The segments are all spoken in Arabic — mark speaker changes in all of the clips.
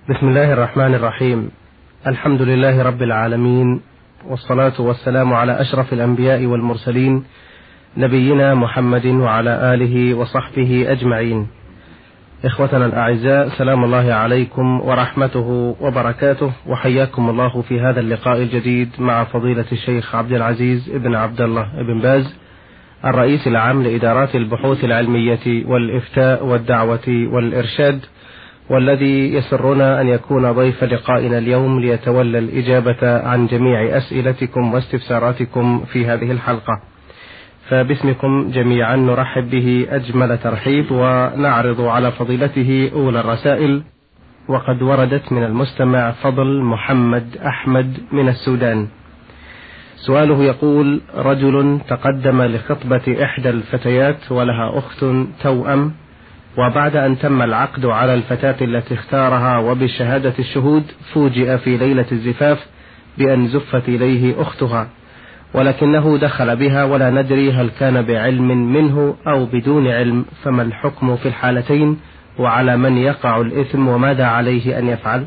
Speaker 1: بسم الله الرحمن الرحيم. الحمد لله رب العالمين، والصلاة والسلام على أشرف الأنبياء والمرسلين، نبينا محمد وعلى آله وصحبه أجمعين. إخوتنا الأعزاء، سلام الله عليكم ورحمته وبركاته، وحياكم الله في هذا اللقاء الجديد مع فضيلة الشيخ عبد العزيز بن عبد الله بن باز، الرئيس العام لإدارات البحوث العلمية والإفتاء والدعوة والإرشاد، والذي يسرنا أن يكون ضيف لقائنا اليوم ليتولى الإجابة عن جميع أسئلتكم واستفساراتكم في هذه الحلقة. فباسمكم جميعا نرحب به أجمل ترحيب، ونعرض على فضيلته أولى الرسائل. وقد وردت من المستمع فضل محمد أحمد من السودان. سؤاله يقول: رجل تقدم لخطبة إحدى الفتيات ولها أخت توأم، وبعد أن تم العقد على الفتاة التي اختارها وبشهادة الشهود، فوجئ في ليلة الزفاف بأن زفت إليه أختها، ولكنه دخل بها ولا ندري هل كان بعلم منه أو بدون علم، فما الحكم في الحالتين، وعلى من يقع الإثم، وماذا عليه أن يفعل؟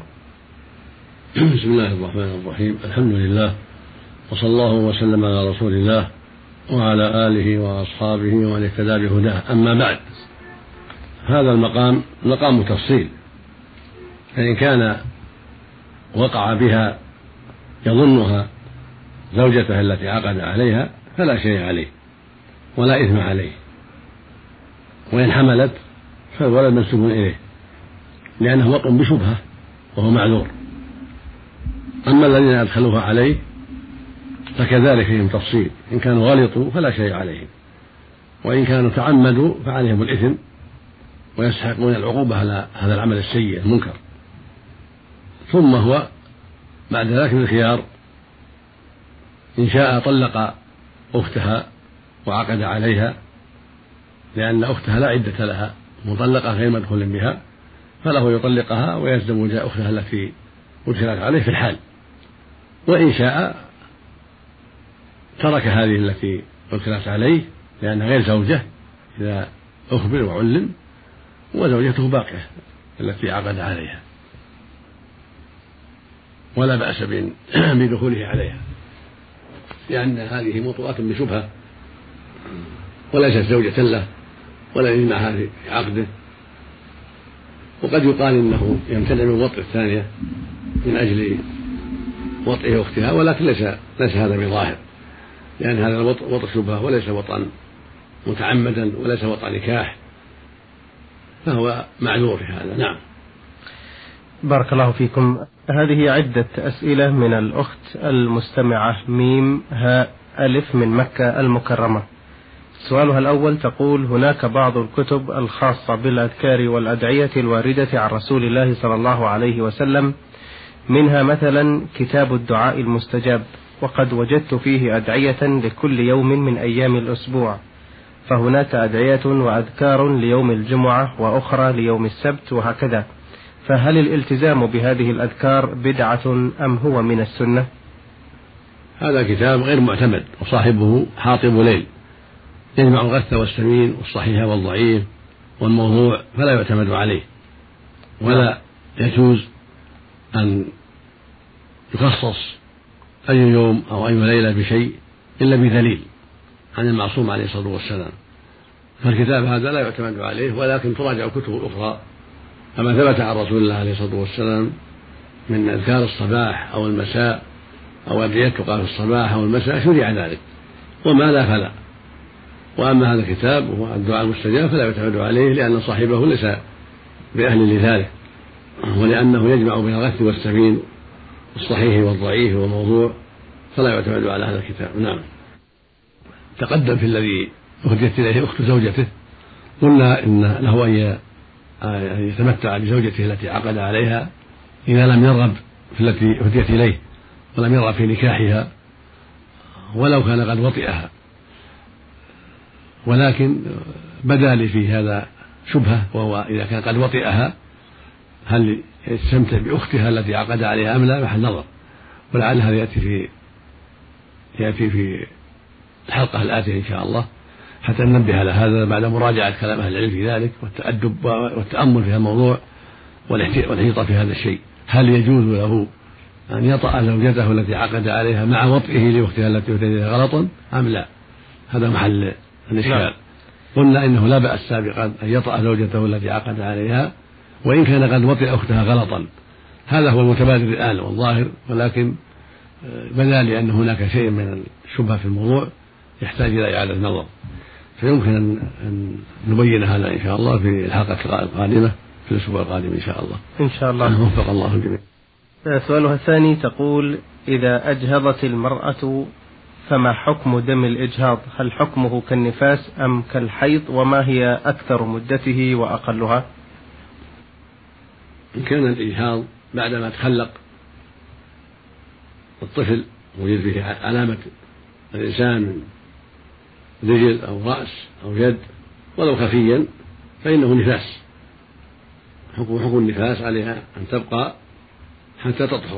Speaker 2: بسم الله الرحمن الرحيم. الحمد لله، وصلى الله وسلم على رسول الله وعلى آله وأصحابه ومن اهتدى بهداه. أما بعد، هذا المقام مقام تفصيل، فإن كان وقع بها يظنها زوجته التي عقد عليها فلا شيء عليه ولا إثم عليه، وإن حملت فالولد منسوب إليه لأنه وقع بشبهة وهو معذور. أما الذين أدخلوها عليه فكذلك فيهم تفصيل، إن كانوا غلطوا فلا شيء عليهم، وإن كانوا تعمدوا فعليهم الإثم ويستحقون العقوبة على هذا العمل السيء المنكر. ثم هو بعد ذلك بالخيار، إن شاء طلق أختها وعقد عليها، لأن أختها لا عدة لها، مطلقة غير مدخول بها، فله يطلقها ويزوج أختها التي أدخلت عليه في الحال. وإن شاء ترك هذه التي أدخلت عليه لأنها غير زوجة إذا أخبر وعلم، وزوجته باقية التي عقد عليها، ولا بأس بدخوله عليها، لأن هذه موطوءة بشبهة وليست زوجة له ولا يجمعها في عقده. وقد يقال إنه يمتنع من وطء الثانية من أجل وطئه أختها، ولكن ليس هذا بظاهر، لأن هذا وطء شبهة وليس وطئا متعمدا وليس وطئ نكاح، فهو معذور في هذا. نعم.
Speaker 1: بارك الله فيكم. هذه عدة أسئلة من الأخت المستمعة ميم هاء ألف من مكة المكرمة. سؤالها الأول تقول: هناك بعض الكتب الخاصة بالأذكار والأدعية الواردة عن رسول الله صلى الله عليه وسلم، منها مثلا كتاب الدعاء المستجاب، وقد وجدت فيه أدعية لكل يوم من أيام الأسبوع، فهناك أدعية وأذكار ليوم الجمعة وأخرى ليوم السبت وهكذا، فهل الالتزام بهذه الأذكار بدعة أم هو من السنة؟
Speaker 2: هذا كتاب غير معتمد، وصاحبه حاطب ليل، يجمع الغث والسمين والصحيح والضعيف والموضوع، فلا يعتمد عليه، ولا يجوز أن يخصص أي يوم أو أي ليلة بشيء إلا بدليل عن المعصوم عليه الصلاة والسلام. فالكتاب هذا لا يعتمد عليه، ولكن تراجع كتب أخرى كما ثبت عن رسول الله عليه الصلاة والسلام من أذكار الصباح أو المساء أو أدعية تقال في الصباح أو المساء، شرع ذلك، وما لا فلا. وأما هذا الكتاب وهو الدعاء المستجاب فلا يعتمد عليه، لأن صاحبه ليس بأهل لذلك، ولأنه يجمع بين الغث والسمين والصحيح والضعيف والموضوع، فلا يعتمد على هذا الكتاب. نعم. تقدم في الذي أهديت إليه أخت زوجته، قلنا إن له أن يتمتع بزوجته التي عقد عليها إذا لم يرغب في التي أهديت إليه ولم يرغب في نكاحها، ولو كان قد وطئها، ولكن بدا لي في هذا شبهة، وهو إذا كان قد وطئها هل يستمتع بأختها التي عقد عليها أم لا، محل نظر، ولعل هذا يأتي في الحلقة الآتية إن شاء الله، حتى ننبه على هذا بعد مراجعة كلام أهل العلم في ذلك والتأدب والتأمل في هذا الموضوع والحيطة في هذا الشيء. هل يجوز له أن يطأ زوجته التي عقد عليها مع وطئه لوقتها التي ارتدت غلطا أم لا؟ هذا محل الإشكال. قلنا إنه لا بأس سابقا أن يطأ زوجته التي عقد عليها وإن كان قد وطئ أختها غلطا، هذا هو المتبادر الآن والظاهر، ولكن بدا لي أن هناك شيء من الشبهة في الموضوع يحتاج إلى إعادة نظر، فيمكن أن نبين هذا إن شاء الله في الحلقة القادمة في الأسبوع القادم إن شاء الله.
Speaker 1: إن شاء الله.
Speaker 2: وفق الله الجميع.
Speaker 1: سؤالها الثاني تقول: إذا أجهضت المرأة فما حكم دم الإجهاض؟ هل حكمه كالنفاس أم كالحيض؟ وما هي أكثر مدته وأقلها؟
Speaker 2: إن كان الإجهاض بعدما تخلق الطفل ويجد به علامة الإنسان من رجل أو رأس أو يد ولو خفيا فإنه نفاس، حكم النفاس عليها أن تبقى حتى تطهر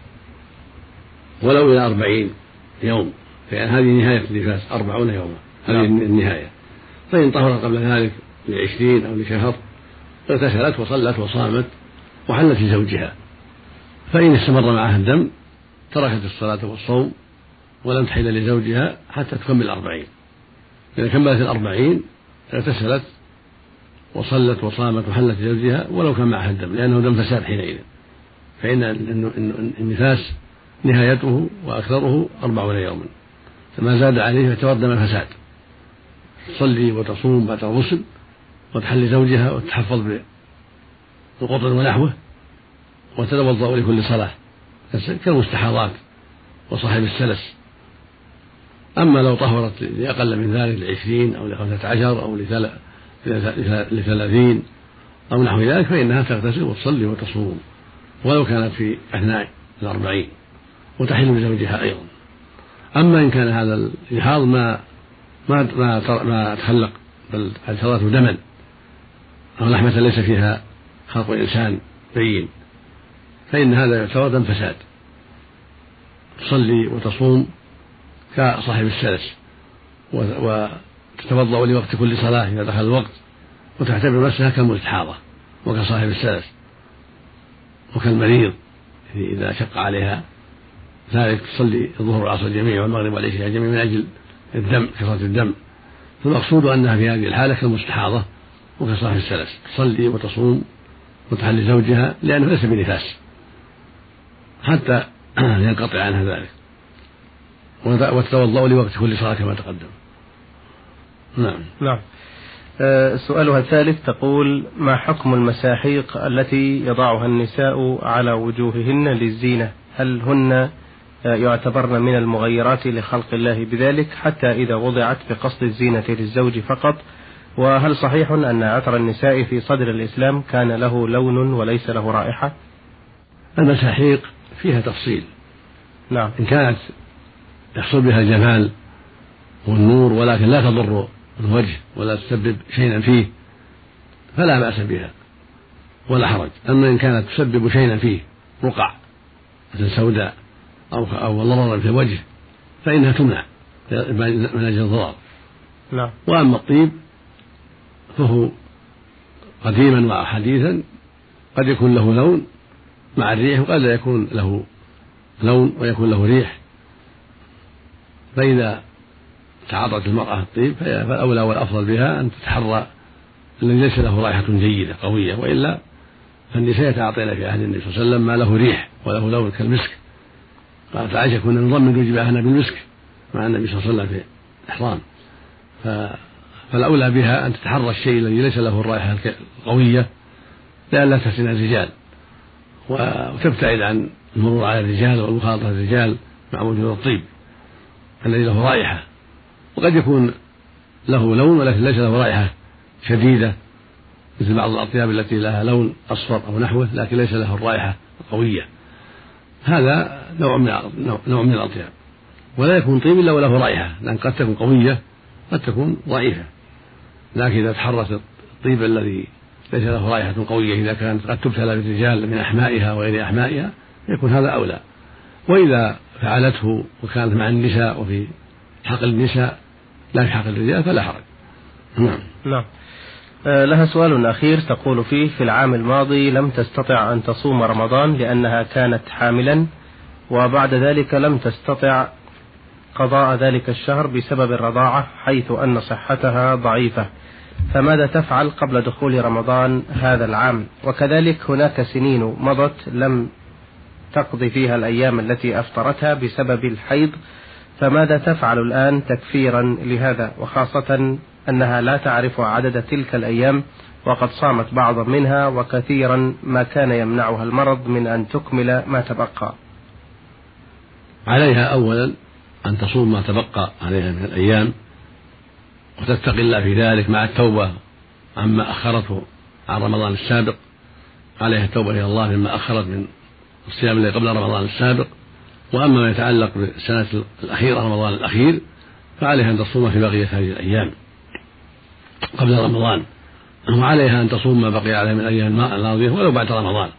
Speaker 2: ولو إلى 40 يوم، فإن هذه نهاية النفاس 40 يوما، هذه النهاية. فإن طهرت قبل ذلك ل20 أو لشهر اغتسلت وصلت وصامت وحلت لزوجها. فإن استمر معها الدم تركت الصلاة والصوم ولم تحل لزوجها حتى تكمل 40. إذا كملت 40 اغتسلت وصلت وصامت وحلت لزوجها ولو كان معها الدم، لأنه دم فساد حينئذ. فإن النفاس نهايته وأكثره 40 يوما، فما زاد عليه يعتبر دم الفساد. تصلي وتصوم بعد الغسل وتحل زوجها وتحفظ بالقطن ونحوه وتتوضأ لكل صلاة كالمستحاضات وصاحب السلس. أما لو طهرت لأقل من ذلك ل20 أو ل15 أو ل30 أو نحو ذلك فإنها تغتسل وتصلي وتصوم ولو كانت في أثناء 40 وتحل لزوجها أيضا. أما إن كان هذا الإجهاض ما تخلق بل أجهضته دما أو لحمة ليس فيها خلق إنسان بين، فإن هذا يعتبر دم فساد، تصلي وتصوم كصاحب السلس وتتوضأ لوقت كل صلاة إذا دخل الوقت وتعتبر نفسها كالمستحاضة وكصاحب السلس وكالمريض إذا شق عليها ذلك، تصلي الظهر والعصر جميع والمغرب والعشاء جميع من أجل الدم كثرة الدم. فالمقصود أنها في هذه الحالة كالمستحاضة وكصاحب السلس، تصلي وتصوم وتحل زوجها لأنه ليس بنفاس حتى ينقطع عنها ذلك، وتتوضأ لوقت كل صلاة كما تقدم.
Speaker 1: نعم. سؤالها الثالث تقول: ما حكم المساحيق التي يضعها النساء على وجوههن للزينة؟ هل هن يعتبرن من المغيرات لخلق الله بذلك حتى إذا وضعت بقصد الزينة للزوج فقط؟ وهل صحيح أن عطر النساء في صدر الإسلام كان له لون وليس له رائحة؟
Speaker 2: المساحيق فيها تفصيل.
Speaker 1: نعم.
Speaker 2: إن كانت يحصل بها الجمال والنور ولكن لا تضر الوجه ولا تسبب شيئا فيه فلا بأس بها ولا حرج. أما إن كانت تسبب شيئا فيه رقع مثل سوداء أو ضررا في الوجه فإنها تمنع من أجل الضرر.
Speaker 1: نعم.
Speaker 2: وأما الطيب فهو قديما وحديثا قد يكون له لون مع الريح وقد لا يكون له لون ويكون له ريح، فإذا تعاطت المرأة الطيب فالأولى والأفضل بها أن تتحرى الذي ليس له رائحة جيدة قوية، وإلا فالنساء يتعاطين في عهد النبي صلى الله عليه وسلم ما له ريح وله لون كالمسك. قالت عائشة: كنا نضمن جباهنا بالمسك مع النبي صلى الله عليه وسلم في الإحرام. فالأولى بها أن تتحرى الشيء الذي ليس له الرائحة القوية لئلا تفتن الرجال وتبتعد عن المرور على الرجال والمخالطة الرجال مع وجود الطيب الذي له رائحة، وقد يكون له لون ولكن ليس له رائحة شديدة مثل بعض الأطياب التي لها لون أصفر أو نحوه لكن ليس له الرائحة القوية. هذا نوع من الأطياب، ولا يكون طيب إلا وله رائحة، لأن قد تكون قوية قد تكون ضعيفة. لكن إذا تحرت الطيب الذي ليس له رائحة قوية إذا كانت قد تبتلى بالرجال من أحمائها وغير أحمائها يكون هذا أولى. وإذا فعلته وكانت مع النساء وفي حقل النساء لا في حقل الرجال فلا حرج.
Speaker 1: نعم. لها سؤال أخير تقول فيه: في العام الماضي لم تستطع أن تصوم رمضان لأنها كانت حاملا، وبعد ذلك لم تستطع قضاء ذلك الشهر بسبب الرضاعة حيث أن صحتها ضعيفة، فماذا تفعل قبل دخول رمضان هذا العام؟ وكذلك هناك سنين مضت لم تقضي فيها الأيام التي أفطرتها بسبب الحيض، فماذا تفعل الآن تكفيرا لهذا، وخاصة أنها لا تعرف عدد تلك الأيام وقد صامت بعضا منها وكثيرا ما كان يمنعها المرض من أن تكمل ما تبقى؟
Speaker 2: عليها أولا أن تصوم ما تبقى عليها من الأيام وتتقي الله في ذلك مع التوبة عما أخرته عن رمضان السابق. عليها التوبة إلى الله مما أخرت من الصيام الذي قبل رمضان السابق. وأما ما يتعلق بالسنة الأخيرة رمضان الأخير فعليها أن تصوم في بقية هذه الأيام قبل رمضان، وعليها أن تصوم ما بقي عليها من الأيام الماضية ولو بعد رمضان.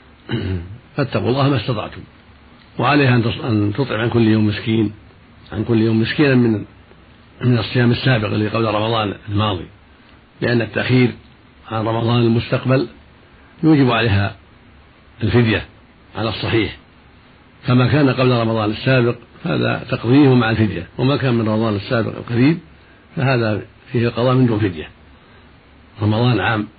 Speaker 2: فاتقوا الله ما استطعتم. وعليها أن تطعم عن كل يوم مسكين، عن كل يوم مسكينا من الصيام السابق الذي قبل رمضان الماضي، لأن التأخير عن رمضان المستقبل يوجب عليها الفدية على الصحيح، فما كان قبل رمضان السابق هذا تقضيه مع الفدية، وما كان من رمضان السابق القريب فهذا فيه القضاء من دون فدية. رمضان عام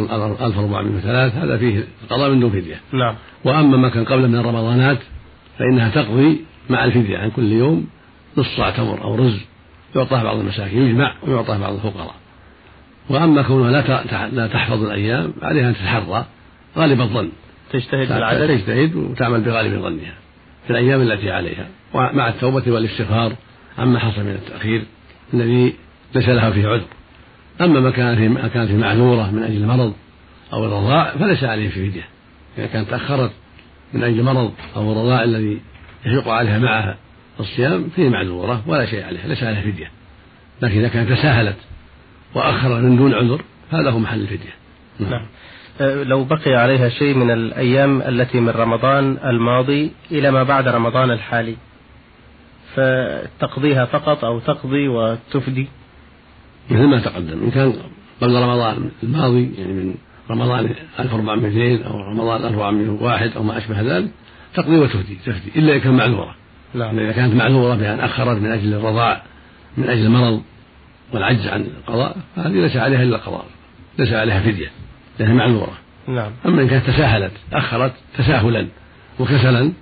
Speaker 2: 1403 هذا فيه القضاء من دون فدية.
Speaker 1: نعم.
Speaker 2: وأما ما كان قبل من الرمضانات فإنها تقضي مع الفدية عن كل يوم نص صاع تمر أو رز يعطاه بعض المساكين، يجمع ويعطاه بعض الفقراء. وأما كونها لا تحفظ الأيام عليها أن تتحرى غالب الظن، تجتهد وتعمل بغالب ظنها في الأيام التي عليها، ومع التوبة والاستغفار عما حصل من التأخير الذي ليس لها فيه عذر. أما ما كانت في معذورة من أجل المرض أو الرضاع فليس عليه في فدية. إذا كانت تأخرت من أجل مرض أو الرضاع الذي يشق عليها معها الصيام فيه معذورة ولا شيء عليها، ليس عليها فدية. لكن إذا كانت تساهلت وأخرت من دون عذر هذا هو محل الفدية.
Speaker 1: نعم. لو بقي عليها شيء من الأيام التي من رمضان الماضي إلى ما بعد رمضان الحالي فتقضيها فقط أو تقضي وتفدي؟
Speaker 2: مثل ما تقدم، إن كان قبل رمضان الماضي يعني من رمضان 1400 أو رمضان 1401 أو ما أشبه ذلك تقضي وتفدي إلا إذا كان معذورة.
Speaker 1: نعم.
Speaker 2: إذا كانت معذورة بأن أخرت من أجل الرضاع من أجل المرض والعجز عن القضاء فهذه ليس عليها إلا القضاء، ليس عليها فدية لأنها معذورة.
Speaker 1: نعم.
Speaker 2: أما إن كانت تساهلت أخرت تساهلا وكسلا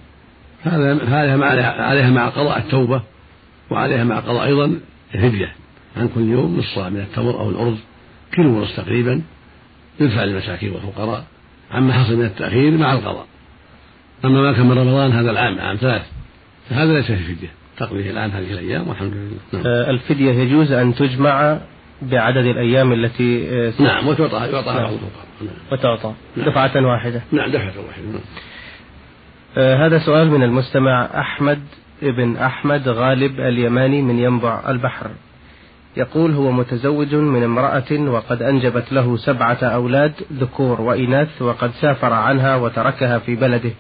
Speaker 2: عليها مع قضاء التوبة، وعليها مع قضاء أيضا الفدية عن كل يوم نص صاع من التمر أو الأرز كيلو ونص تقريبا يدفع للمساكين والفقراء عما حصل من التأخير مع القضاء. أما ما كان من رمضان هذا العام عام 3 فهذا ليس في فدية، تقضيه الآن هذه الأيام والحمد لله. نعم.
Speaker 1: الفدية يجوز أن تجمع بعدد الأيام التي
Speaker 2: نعم وتعطى بعض الفقراء
Speaker 1: وتعطى دفعة واحدة.
Speaker 2: نعم دفعة واحدة.
Speaker 1: هذا سؤال من المستمع أحمد ابن أحمد غالب اليماني من ينبع البحر، يقول: هو متزوج من امرأة وقد أنجبت له 7 أولاد ذكور وإناث وقد سافر عنها وتركها في بلده.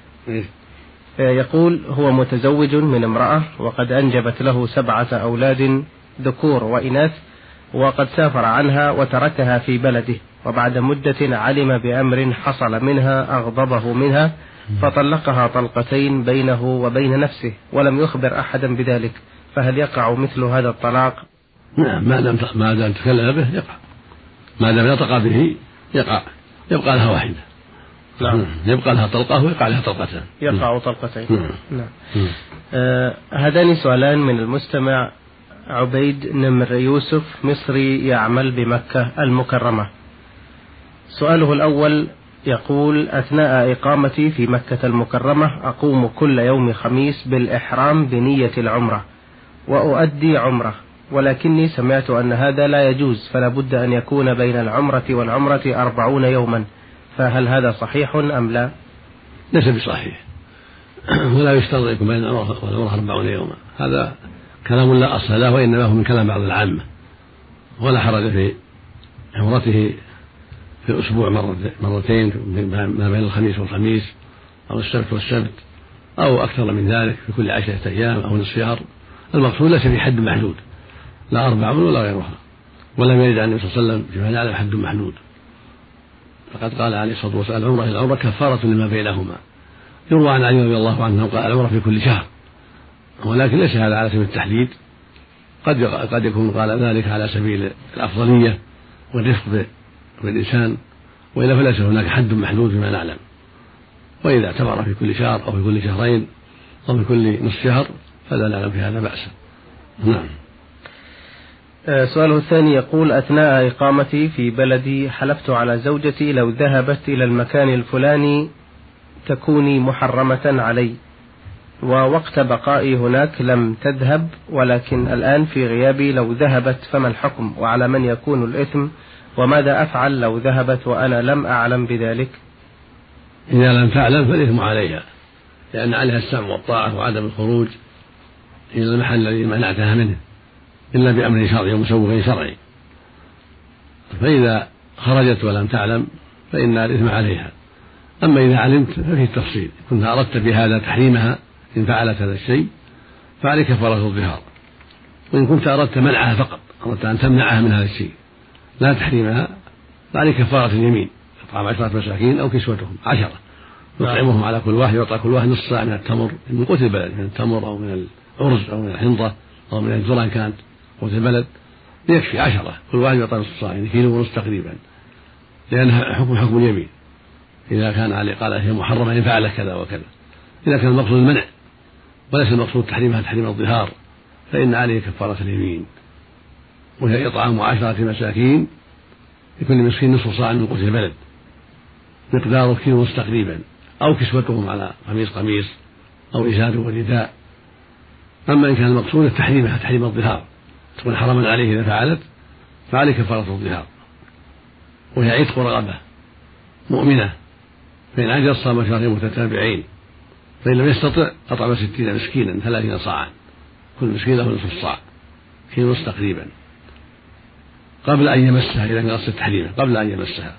Speaker 1: يقول: هو متزوج من امرأة وقد أنجبت له 7 أولاد ذكور وإناث وقد سافر عنها وتركها في بلده، وبعد مدة علم بأمر حصل منها أغضبه منها فطلقها طلقتين بينه وبين نفسه ولم يخبر أحدا بذلك، فهل يقع مثل هذا الطلاق؟
Speaker 2: نعم، ما دام تكلم به يقع، ما دام نطق به يقع، يبقى لها واحدة.
Speaker 1: نعم.
Speaker 2: يبقى لها طلقة ويقع لها طلقتان.
Speaker 1: يقع طلقتين. نعم. هذان سؤالان من المستمع عبيد نمر يوسف مصري يعمل بمكة المكرمة. سؤاله الأول يقول: أثناء إقامتي في مكة المكرمة أقوم كل يوم خميس بالإحرام بنية العمرة وأؤدي عمرة، ولكني سمعت أن هذا لا يجوز، فلا بد أن يكون بين العمرة والعمرة 40 يوما، فهل هذا صحيح أم لا؟
Speaker 2: ليس بصحيح، ولا يشترط يكون بين العمرة والعمرة 40 يوما، هذا كلام لا أصل له، وإنما هو من كلام بعض العامة، ولا حرج في عمرته في الأسبوع مرتين ما بين الخميس والخميس أو السبت والسبت أو أكثر من ذلك في كل 10 أيام أو نصف شهر. المقصود ليس في حد محدود، لا 40 ولا غيرها، ولم يرد عن النبي صلى الله عليه وسلم فيما يعلم حد محدود. فقد قال عليه الصلاة والسلام: العمرة إلى العمرة كفارة لما بينهما. يروى عن علي رضي الله عنه قال: العمرة في كل شهر، ولكن ليس هذا على سبيل التحديد، قد يكون قال ذلك على سبيل الأفضلية والرفق بالإنسان، وإلا فليس هناك حد محدود فيما نعلم. وإذا اعتبر في كل شهر أو في كل شهرين أو في كل نصف شهر فلا نعلم في هذا بأسا. نعم.
Speaker 1: سؤاله الثاني يقول: أثناء إقامتي في بلدي حلفت على زوجتي لو ذهبت إلى المكان الفلاني تكوني محرمة علي، ووقت بقائي هناك لم تذهب، ولكن الآن في غيابي لو ذهبت فما الحكم، وعلى من يكون الإثم، وماذا أفعل لو ذهبت وأنا لم أعلم بذلك؟
Speaker 2: إذا لم تعلم فالإثم عليها، لأن عليها السمع والطاعة وعدم الخروج إلى المحل الذي منعتها منه إلا بأمر شرعي ومسوغ شرعي. فإذا خرجت ولم تعلم فإن الإثم عليها. أما إذا علمت ففيه التفصيل، كنت أردت بهذا تحريمها إن فعلت هذا الشيء فعليك كفارة الظهار، وإن كنت أردت منعها فقط، أردت أن تمنعها من هذا الشيء لا تحريمها، فعليك كفارة اليمين، إطعام 10 مساكين أو كسوتهم 10، يطعمهم على كل واحد، يعطى كل واحد نصف صاع من التمر من قوت البلد، من التمر أو من الأرز أو من الحنطة أو من الذرة إن كانت قوت البلد، يكفي 10، كل واحد يعطى نصف صاع، يعني كيلو ونصف تقريبا، لأنها حكم اليمين. إذا كان عليه قال هي محرمة إن فعل كذا وكذا. إذا كان المقصود المنع وليس المقصود تحريمها تحريم الظهار فإن عليه كفارة اليمين، وهي إطعام 10 مساكين لكل مسكين نصف صاع من قوت البلد مقداره كيلو ونصف تقريبا، أو كسوتهم على قميص أو إزار ورداء. أما إن كان المقصود تحريمها تحريم الظهار تكون حراما عليه إذا فعلت فعليه كفارة الظهار، وهي عتق رغبة مؤمنة، فإن عجز صام شهرين متتابعين، فإن لم يستطع أطعم 60 مسكينا 30 صاعا، كل مسكين له نصف صاع كيلو ونصف تقريبا، قبل أن يمسها إذا كان قصد تحريمه قبل أن يمسها.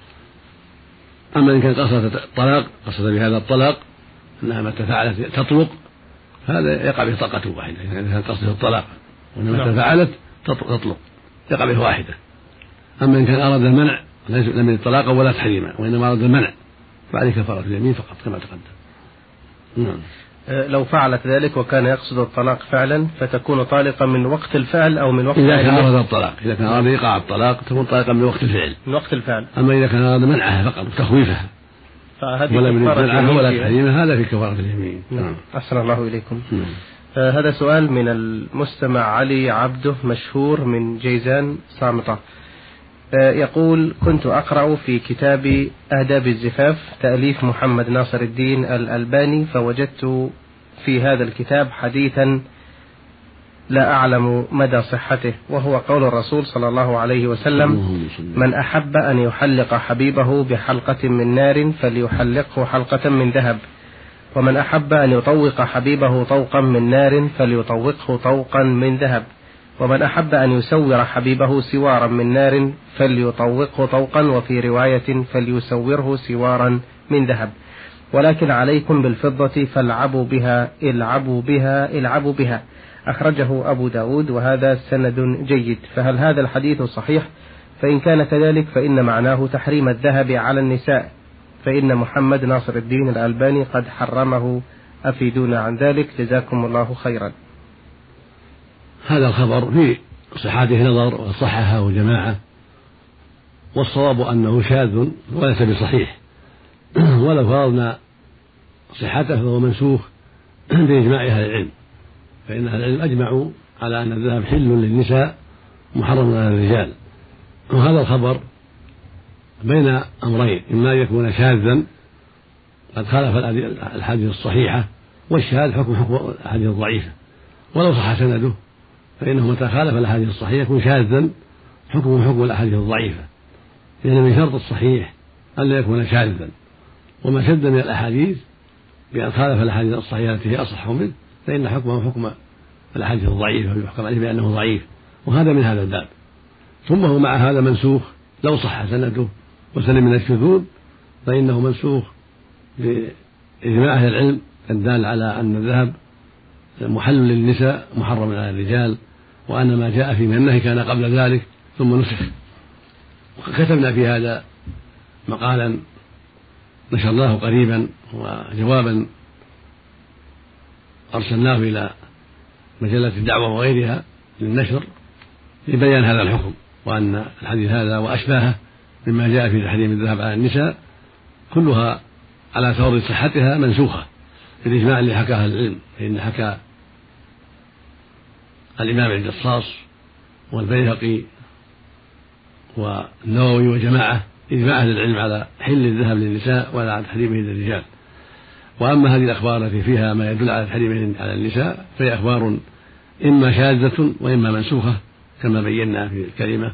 Speaker 2: أما إن كان قصد بهذا الطلاق أنها متى فعلت تطلق، هذا يقع به طلقة واحدة. إذا كان قصده الطلاق وأنها متى فعلت تطلق يقع به واحدة. أما إن كان أراد المنع لم يرد طلاقا ولا تحريما، وإنما أراد المنع فعليه كفارة اليمين فقط كما تقدم. نعم.
Speaker 1: لو فعلت ذلك وكان يقصد الطلاق فعلا فتكون طالقا من وقت الفعل أو من وقت
Speaker 2: إذا كان أراد الطلاق، إذا كان أراد إيقاع الطلاق تكون طالقا من وقت الفعل.
Speaker 1: من وقت الفعل.
Speaker 2: أما إذا كان أراد منعها فقط وتخويفها ولا من منعها ولا تحريمها هذا في كفارة اليمين.
Speaker 1: نعم. أحسن الله إليكم. هذا سؤال من المستمع علي عبده مشهور من جيزان صامتة، يقول: كنت أقرأ في كتاب آداب الزفاف تأليف محمد ناصر الدين الألباني، فوجدت في هذا الكتاب حديثا لا أعلم مدى صحته، وهو قول الرسول صلى الله عليه وسلم: من أحب أن يحلق حبيبه بحلقة من نار فليحلقه حلقة من ذهب، ومن أحب أن يطوق حبيبه طوقا من نار فليطوقه طوقا من ذهب، ومن أحب أن يسور حبيبه سوارا من نار فليطوقه طوقا، وفي رواية فليسوره سوارا من ذهب، ولكن عليكم بالفضة فالعبوا بها العبوا بها العبوا بها. أخرجه أبو داود وهذا سند جيد. فهل هذا الحديث صحيح؟ فإن كان كذلك فإن معناه تحريم الذهب على النساء، فإن محمد ناصر الدين الألباني قد حرمه، أفيدونا عن ذلك جزاكم الله خيرا.
Speaker 2: هذا الخبر في صحته نظر وصححه جماعة، والصواب أنه شاذ وليس بصحيح، ولو فرضنا صحته فهو منسوخ بإجماع أهل العلم، فإن أهل العلم أجمعوا على أن الذهب حل للنساء محرم على الرجال. وهذا الخبر بين أمرين: إما أن يكون شاذا قد خالف الأحاديث الصحيحة، والشاذ حكم الأحاديث الضعيفة، ولو صح سنده فإنه متى خالف الأحاديث الصحيحة يكون شاذا حكم الأحاديث الضعيفة، لأن من شرط الصحيح أن لا يكون شاذا، وما شد من الأحاديث بأن خالف الأحاديث الصحيحة التي هي أصح منه فإن حكمه حكم الأحاديث الضعيفة ويحكم عليه بأنه ضعيف، وهذا من هذا الباب. ثم هو مع هذا منسوخ لو صح سنده وسلم من الشذوذ، فإنه منسوخ بإجماع أهل العلم الدال على أن الذهب محل للنساء محرم على الرجال، وأن ما جاء فيه من النهي كان قبل ذلك ثم نسخ. وكتبنا في هذا مقالا نشرناه قريبا، وجوابا أرسلناه إلى مجلة الدعوة وغيرها للنشر لبيان هذا الحكم، وأن الحديث هذا وأشباهه مما جاء في تحريم الذهب على النساء كلها على فرض صحتها منسوخة بالإجماع اللي حكاه العلم. فإن حكى الإمام الجصاص والبيهقي والنووي وجماعة إجماع أهل العلم على حل الذهب للنساء ولا على تحريمه للرجال. وأما هذه الأخبار التي فيها ما يدل على تحريمه على النساء فهي أخبار إما شاذة وإما منسوخة كما بينا في الكلمة.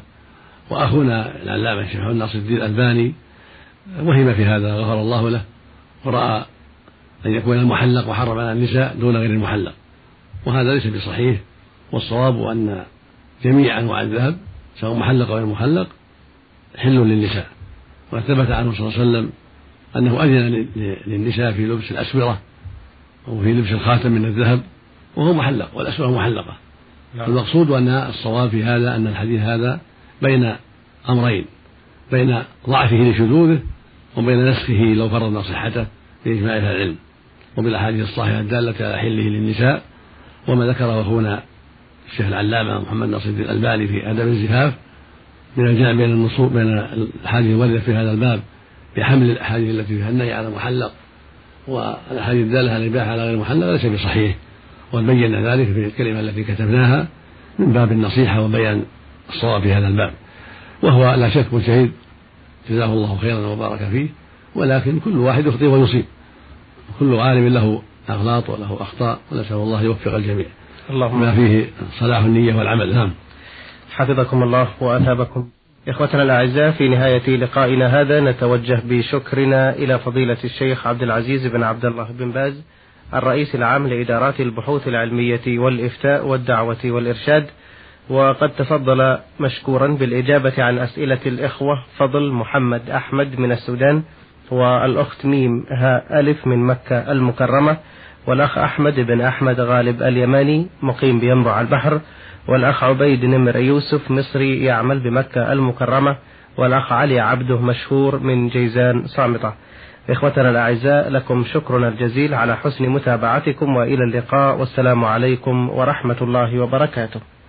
Speaker 2: وأخونا العلامة الشيخ محمد ناصر الدين الألباني وهم في هذا غفر الله له، ورأى أن يكون المحلق محرم على النساء دون غير المحلق، وهذا ليس بصحيح. والصواب أن جميع أنواع الذهب سواء محلق أو غير محلق حل للنساء. وثبت عنه صلى الله عليه وسلم أنه أذن للنساء في لبس الأسورة وفي لبس الخاتم من الذهب وهو محلق والأسورة محلقة. المقصود أن الصواب في هذا أن الحديث هذا بين أمرين، بين ضعفه لشذوذه وبين نسخه لو فرضنا صحته بإجماع أهل العلم، وبالأحاديث الصحيحة الدالة على حله للنساء. وما ذكره أخونا الشيخ العلامة محمد ناصر الدين الألباني في آداب الزفاف من الجمع بين النصوص بين الأحاديث الواردة في هذا الباب بحمل الأحاديث التي فيها النهي على المحلق والأحاديث الدالة على الإباحة على غير المحلق ليس بصحيح، وبين ذلك في الكلمة التي كتبناها من باب النصيحة وبيان الصواب في هذا الباب. وهو لا شك مجتهد جزاه الله خيرا وبارك فيه، ولكن كل واحد يخطئ ويصيب، كل عالم له أغلاط وله أخطاء، ونسأل الله يوفق الجميع ما فيه صلاح النية والعمل. نعم.
Speaker 1: حفظكم الله وأثابكم. إخوتنا الأعزاء، في نهاية لقائنا هذا نتوجه بشكرنا إلى فضيلة الشيخ عبد العزيز بن عبد الله بن باز الرئيس العام لإدارات البحوث العلمية والإفتاء والدعوة والإرشاد، وقد تفضل مشكورا بالإجابة عن أسئلة الإخوة فضل محمد أحمد من السودان، والأخت ميم ها ألف من مكة المكرمة، والأخ أحمد بن أحمد غالب اليماني مقيم بينبع البحر، والأخ عبيد نمر يوسف مصري يعمل بمكة المكرمة، والأخ علي عبده مشهور من جيزان صامتة. إخوتنا الأعزاء، لكم شكرنا الجزيل على حسن متابعتكم، وإلى اللقاء، والسلام عليكم ورحمة الله وبركاته.